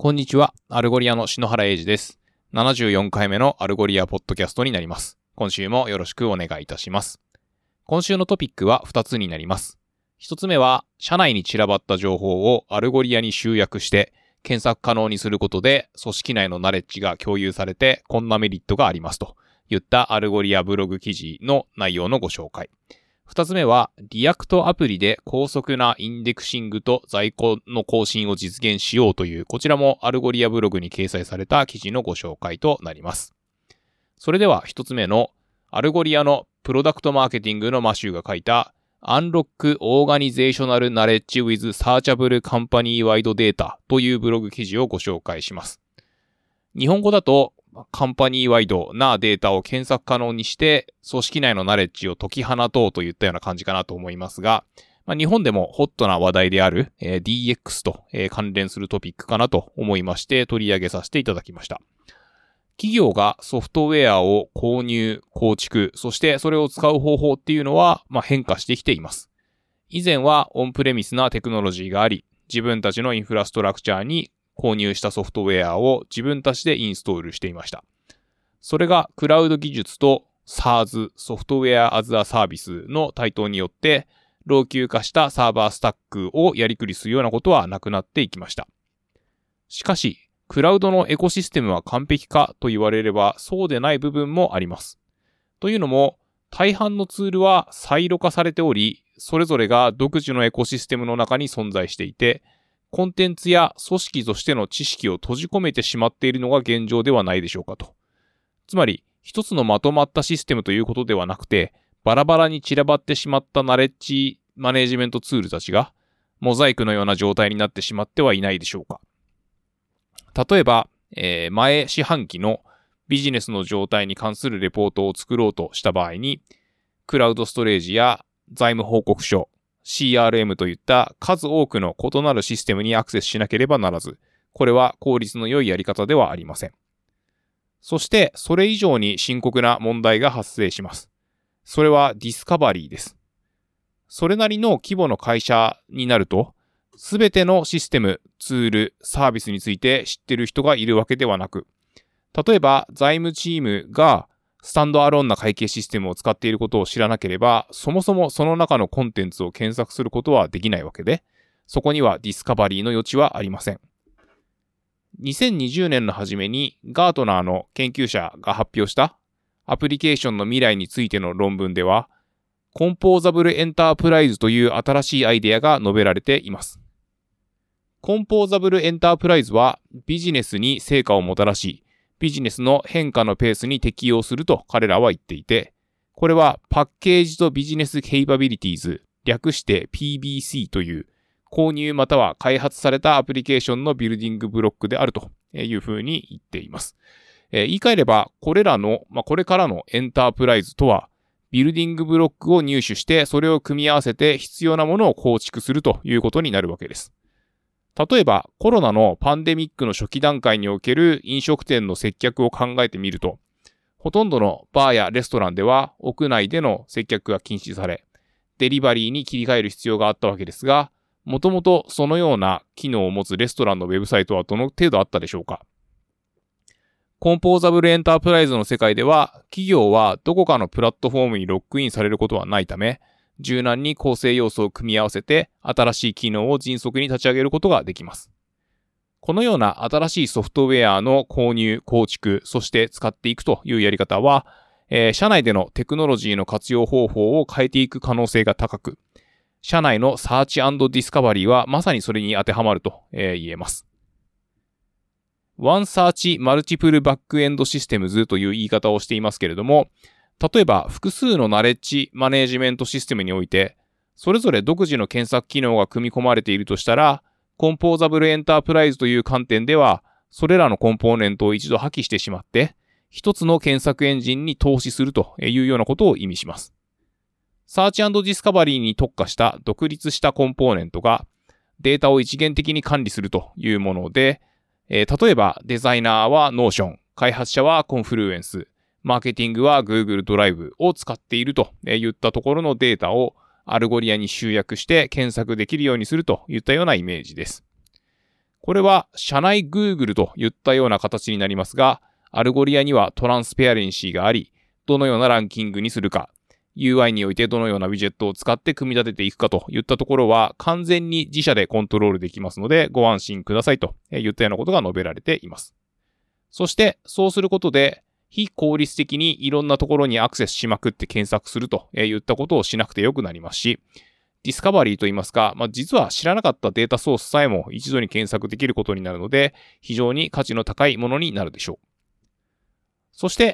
こんにちは、アルゴリアの篠原英二です。74回目のアルゴリアポッドキャストになります。今週もよろしくお願いいたします。今週のトピックは2つになります。1つ目は、社内に散らばった情報をアルゴリアに集約して検索可能にすることで組織内のナレッジが共有されてこんなメリットがありますといったアルゴリアブログ記事の内容のご紹介。2つ目は、リアクトアプリで高速なインデクシングと在庫の更新を実現しようという、こちらもアルゴリアブログに掲載された記事のご紹介となります。それでは1つ目の、アルゴリアのプロダクトマーケティングのマシューが書いた、Unlock Organizational Knowledge with Searchable Company Wide Data というブログ記事をご紹介します。日本語だと、カンパニーワイドなデータを検索可能にして、組織内のナレッジを解き放とうといったような感じかなと思いますが、日本でもホットな話題である、DX と、関連するトピックかなと思いまして取り上げさせていただきました。企業がソフトウェアを購入、構築、そしてそれを使う方法っていうのは、変化してきています。以前はオンプレミスなテクノロジーがあり、自分たちのインフラストラクチャーに購入したソフトウェアを自分たちでインストールしていました。それがクラウド技術と SaaS、ソフトウェアアズアサービスの台頭によって老朽化したサーバースタックをやりくりするようなことはなくなっていきました。しかし、クラウドのエコシステムは完璧かと言われればそうでない部分もあります。というのも、大半のツールはサイロ化されており、それぞれが独自のエコシステムの中に存在していて、コンテンツや組織としての知識を閉じ込めてしまっているのが現状ではないでしょうかと。つまり、一つのまとまったシステムということではなくて、バラバラに散らばってしまったナレッジマネージメントツールたちが、モザイクのような状態になってしまってはいないでしょうか。例えば、前四半期のビジネスの状態に関するレポートを作ろうとした場合に、クラウドストレージや財務報告書、CRM といった数多くの異なるシステムにアクセスしなければならず、これは効率の良いやり方ではありません。そして、それ以上に深刻な問題が発生します。それはディスカバリーです。それなりの規模の会社になると、すべてのシステム、ツール、サービスについて知っている人がいるわけではなく、例えば財務チームがスタンドアローンな会計システムを使っていることを知らなければ、そもそもその中のコンテンツを検索することはできないわけで、そこにはディスカバリーの余地はありません。2020年の初めにガートナーの研究者が発表したアプリケーションの未来についての論文では、コンポーザブルエンタープライズという新しいアイデアが述べられています。コンポーザブルエンタープライズはビジネスに成果をもたらし、ビジネスの変化のペースに適応すると彼らは言っていて、これはパッケージとビジネスケイパビリティーズ、略して PBC という購入または開発されたアプリケーションのビルディングブロックであるというふうに言っています。言い換えれば、これからのエンタープライズとは、ビルディングブロックを入手してそれを組み合わせて必要なものを構築するということになるわけです。例えばコロナのパンデミックの初期段階における飲食店の接客を考えてみると、ほとんどのバーやレストランでは屋内での接客が禁止され、デリバリーに切り替える必要があったわけですが、もともとそのような機能を持つレストランのウェブサイトはどの程度あったでしょうか。コンポーザブルエンタープライズの世界では、企業はどこかのプラットフォームにロックインされることはないため、柔軟に構成要素を組み合わせて新しい機能を迅速に立ち上げることができます。このような新しいソフトウェアの購入、構築、そして使っていくというやり方は、社内でのテクノロジーの活用方法を変えていく可能性が高く、社内のサーチ&ディスカバリーはまさにそれに当てはまると言えます。One Search Multiple Backend Systems という言い方をしていますけれども、例えば複数のナレッジマネージメントシステムにおいて、それぞれ独自の検索機能が組み込まれているとしたら、コンポーザブルエンタープライズという観点では、それらのコンポーネントを一度破棄してしまって、一つの検索エンジンに投資するというようなことを意味します。サーチ&ディスカバリーに特化した独立したコンポーネントがデータを一元的に管理するというもので、例えばデザイナーは Notion、開発者は Confluence、マーケティングは Google ドライブを使っているといったところのデータをアルゴリアに集約して検索できるようにするといったようなイメージです。 これは社内 Google といったような形になりますが、アルゴリアにはトランスペアレンシーがあり、どのようなランキングにするか、UI においてどのようなウィジェットを使って組み立てていくかといったところは完全に自社でコントロールできますのでご安心くださいといったようなことが述べられています。そしてそうすることで非効率的にいろんなところにアクセスしまくって検索するといったことをしなくてよくなりますし、ディスカバリーといいますか、実は知らなかったデータソースさえも一度に検索できることになるので非常に価値の高いものになるでしょう。そして、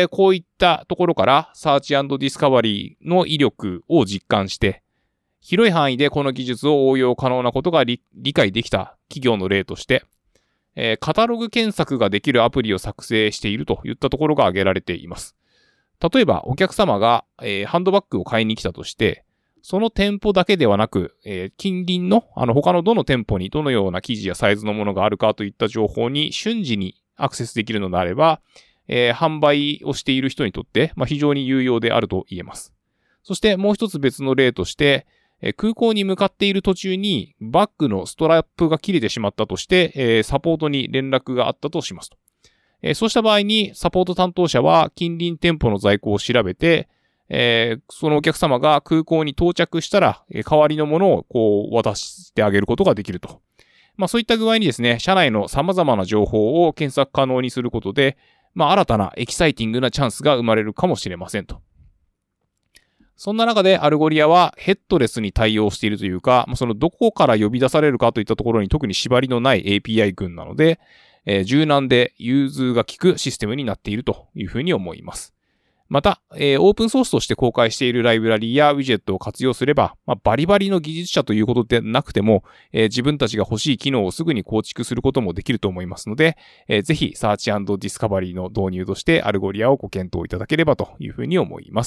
こういったところからサーチ&ディスカバリーの威力を実感して、広い範囲でこの技術を応用可能なことが理解できた企業の例として、カタログ検索ができるアプリを作成しているといったところが挙げられています。例えばお客様が、ハンドバッグを買いに来たとして、その店舗だけではなく、近隣の他のどの店舗にどのような生地やサイズのものがあるかといった情報に瞬時にアクセスできるのであれば、販売をしている人にとって、非常に有用であると言えます。そしてもう一つ別の例として、空港に向かっている途中にバッグのストラップが切れてしまったとして、サポートに連絡があったとしますと。そうした場合にサポート担当者は近隣店舗の在庫を調べて、そのお客様が空港に到着したら、代わりのものを渡してあげることができると。そういった具合にですね、社内の様々な情報を検索可能にすることで、新たなエキサイティングなチャンスが生まれるかもしれませんと。そんな中でアルゴリアはヘッドレスに対応しているというか、そのどこから呼び出されるかといったところに特に縛りのない API 群なので、柔軟で融通が利くシステムになっているというふうに思います。また、オープンソースとして公開しているライブラリやウィジェットを活用すれば、バリバリの技術者ということでなくても、自分たちが欲しい機能をすぐに構築することもできると思いますので、ぜひサーチ&ディスカバリーの導入としてアルゴリアをご検討いただければというふうに思います。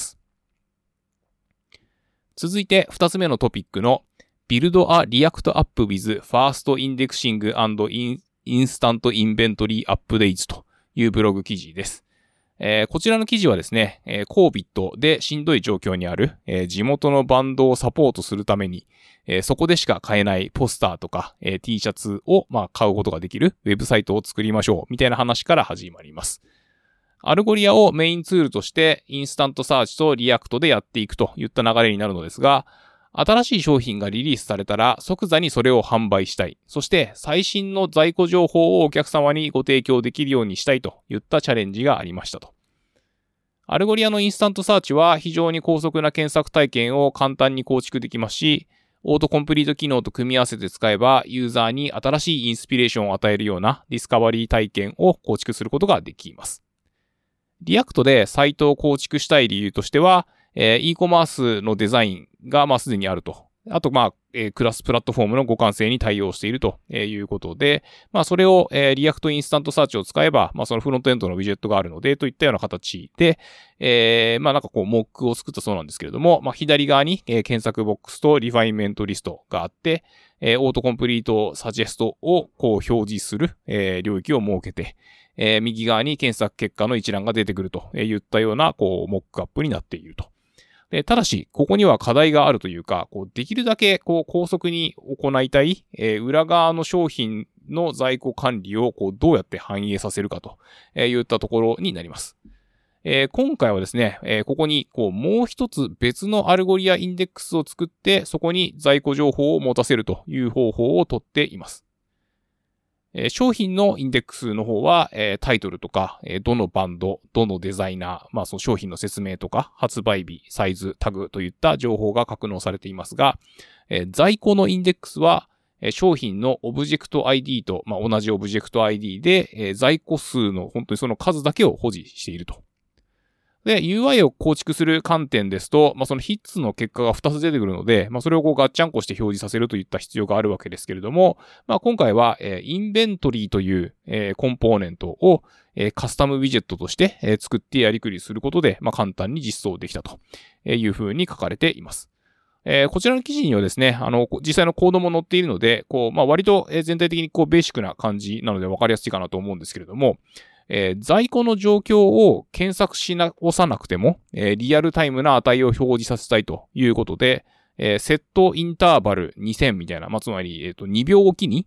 続いて2つ目のトピックの Build a React App with Fast Indexing and Instant Inventory Updates というブログ記事です。こちらの記事はですね、COVID でしんどい状況にある、地元のバンドをサポートするために、そこでしか買えないポスターとか、T シャツを買うことができるウェブサイトを作りましょうみたいな話から始まります。アルゴリアをメインツールとしてインスタントサーチとリアクトでやっていくといった流れになるのですが、新しい商品がリリースされたら即座にそれを販売したい。そして最新の在庫情報をお客様にご提供できるようにしたいといったチャレンジがありましたと。アルゴリアのインスタントサーチは非常に高速な検索体験を簡単に構築できますし、オートコンプリート機能と組み合わせて使えばユーザーに新しいインスピレーションを与えるようなディスカバリー体験を構築することができます。リアクトでサイトを構築したい理由としては、e コマースのデザインがすでにあると。あとクラスプラットフォームの互換性に対応しているということで、それをリアクトインスタントサーチを使えば、そのフロントエンドのウィジェットがあるのでといったような形で、モックを作ったそうなんですけれども、左側に検索ボックスとリファインメントリストがあって、オートコンプリートサジェストを表示する領域を設けて、右側に検索結果の一覧が出てくるといったようなモックアップになっていると。ただし、ここには課題があるというか、できるだけ高速に行いたい、裏側の商品の在庫管理をどうやって反映させるかといったところになります。今回はですね、ここにもう一つ別のアルゴリアインデックスを作って、そこに在庫情報を持たせるという方法をとっています。商品のインデックスの方は、タイトルとか、どのバンド、どのデザイナー、その商品の説明とか、発売日、サイズ、タグといった情報が格納されていますが、在庫のインデックスは、商品のオブジェクト ID と、同じオブジェクト ID で、在庫数の本当にその数だけを保持していると。で、UI を構築する観点ですと、そのヒッツの結果が2つ出てくるので、それをガッチャンコして表示させるといった必要があるわけですけれども、今回は、インベントリーという、コンポーネントを、カスタムウィジェットとして、作ってやりくりすることで、簡単に実装できたというふうに書かれています。こちらの記事にはですね、実際のコードも載っているので、割と全体的にベーシックな感じなので分かりやすいかなと思うんですけれども、在庫の状況を検索し直さなくても、リアルタイムな値を表示させたいということで、セットインターバル2000みたいな、つまり、2秒おきに、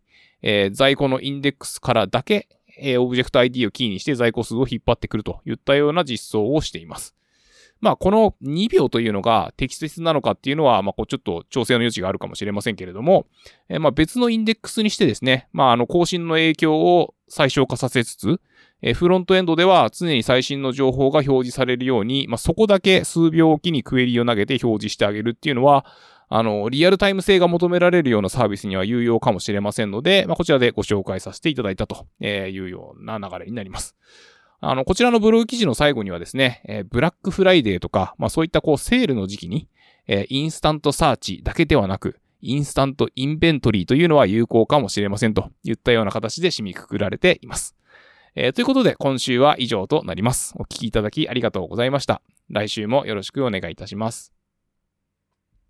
在庫のインデックスからだけ、オブジェクト ID をキーにして在庫数を引っ張ってくるといったような実装をしています。この2秒というのが適切なのかっていうのは、ちょっと調整の余地があるかもしれませんけれども、別のインデックスにしてですね、更新の影響を最小化させつつ、フロントエンドでは常に最新の情報が表示されるように、そこだけ数秒おきにクエリを投げて表示してあげるっていうのは、リアルタイム性が求められるようなサービスには有用かもしれませんので、こちらでご紹介させていただいたというような流れになります。こちらのブログ記事の最後にはですね、ブラックフライデーとか、そういったセールの時期に、インスタントサーチだけではなく、インスタントインベントリーというのは有効かもしれませんといったような形で締めくくられています。ということで、今週は以上となります。お聞きいただきありがとうございました。来週もよろしくお願いいたします。